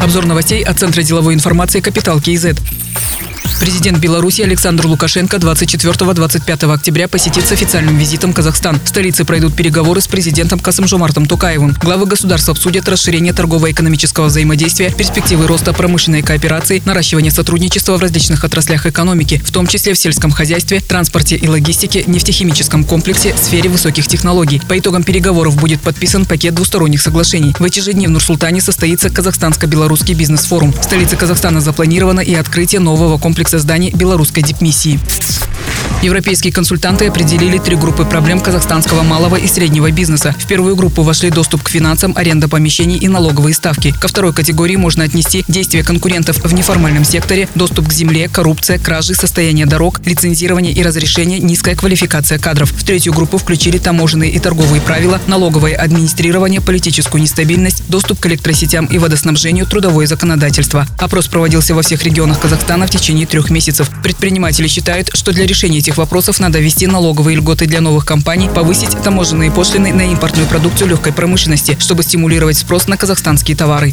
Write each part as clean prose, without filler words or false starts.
Обзор новостей от Центра деловой информации «Капитал КИЗ». Президент Беларуси Александр Лукашенко 24-25 октября посетит с официальным визитом Казахстан. В столице пройдут переговоры с президентом Касым-Жомартом Токаевым. Главы государств обсудят расширение торгово-экономического взаимодействия, перспективы роста промышленной кооперации, наращивание сотрудничества в различных отраслях экономики, в том числе в сельском хозяйстве, транспорте и логистике, нефтехимическом комплексе, сфере высоких технологий. По итогам переговоров будет подписан пакет двусторонних соглашений. В эти же дни в Нур-Султане состоится Казахстанско-Белорусский бизнес-форум. В столице Казахстана запланировано и открытие нового комплекса зданий белорусской дипмиссии. Европейские консультанты определили 3 группы проблем казахстанского малого и среднего бизнеса. В первую группу вошли доступ к финансам, аренда помещений и налоговые ставки. Ко второй категории можно отнести действия конкурентов в неформальном секторе, доступ к земле, коррупция, кражи, состояние дорог, лицензирование и разрешение, низкая квалификация кадров. В третью группу включили таможенные и торговые правила, налоговое администрирование, политическую нестабильность, доступ к электросетям и водоснабжению, трудовое законодательство. Опрос проводился во всех регионах Казахстана в течение 3 месяцев. Предприниматели считают, что для решения этих вопросов надо ввести налоговые льготы для новых компаний, повысить таможенные пошлины на импортную продукцию легкой промышленности, чтобы стимулировать спрос на казахстанские товары.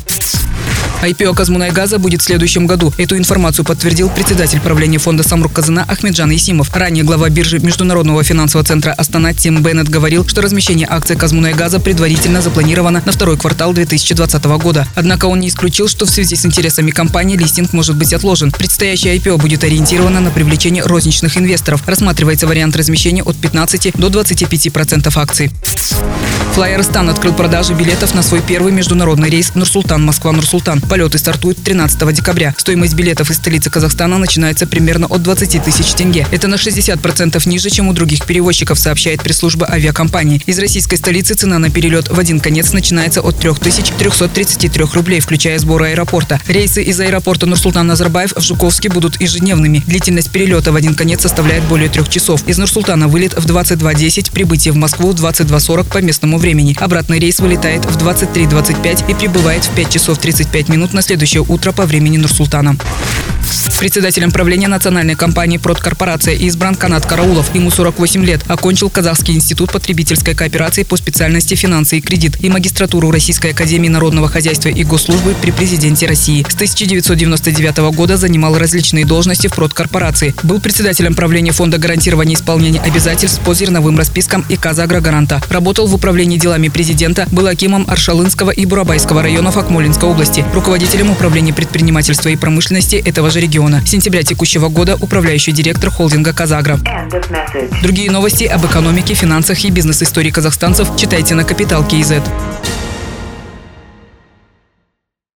IPO «Казмунайгаза» будет в следующем году. Эту информацию подтвердил председатель правления фонда «Самрук-Казына» Ахмеджан Есимов. Ранее глава биржи Международного финансового центра Астана Тим Беннет говорил, что размещение акций «Казмунайгаза» предварительно запланировано на второй квартал 2020 года. Однако он не исключил, что в связи с интересами компании листинг может быть отложен. Предстоящее IPO будет ориентировано на привлечение розничных инвесторов. Рассматривается вариант размещения от 15 до 25% акций. Флайерстан открыл продажи билетов на свой первый международный рейс Нур-Султан-Москва-Нур-Султан. Полеты стартуют 13 декабря. Стоимость билетов из столицы Казахстана начинается примерно от 20 тысяч тенге. Это на 60% ниже, чем у других перевозчиков, сообщает пресс-служба авиакомпании. Из российской столицы цена на перелет в один конец начинается от 3333 рублей, включая сборы аэропорта. Рейсы из аэропорта Нур-Султан-Назарбаев в Жуковске будут ежедневными. Длительность перелета в один конец составляет более 3 часов. Из Нур-Султана вылет в 22:10, прибытие в Москву в 22:40 по местному времени. Обратный рейс вылетает в 23:25 и прибывает в 5 часов 35 минут на следующее утро по времени Нур-Султана. Председателем правления национальной компании «Продкорпорация» избран Канат Караулов. Ему 48 лет. Окончил Казахский институт потребительской кооперации по специальности «Финансы и кредит» и магистратуру Российской академии народного хозяйства и госслужбы при президенте России. С 1999 года занимал различные должности в «Продкорпорации». Был председателем правления Фонда гарантирования исполнения обязательств по зерновым распискам и Казагрогаранта. Работал в управлении делами президента, был акимом Аршалынского и Бурабайского районов Акмолинской области, руководителем управления предпринимательства и промышленности этого же региона. С сентября текущего года управляющий директор холдинга «Казагро». Другие новости об экономике, финансах и бизнес-истории казахстанцев читайте на Капитал КИЗ.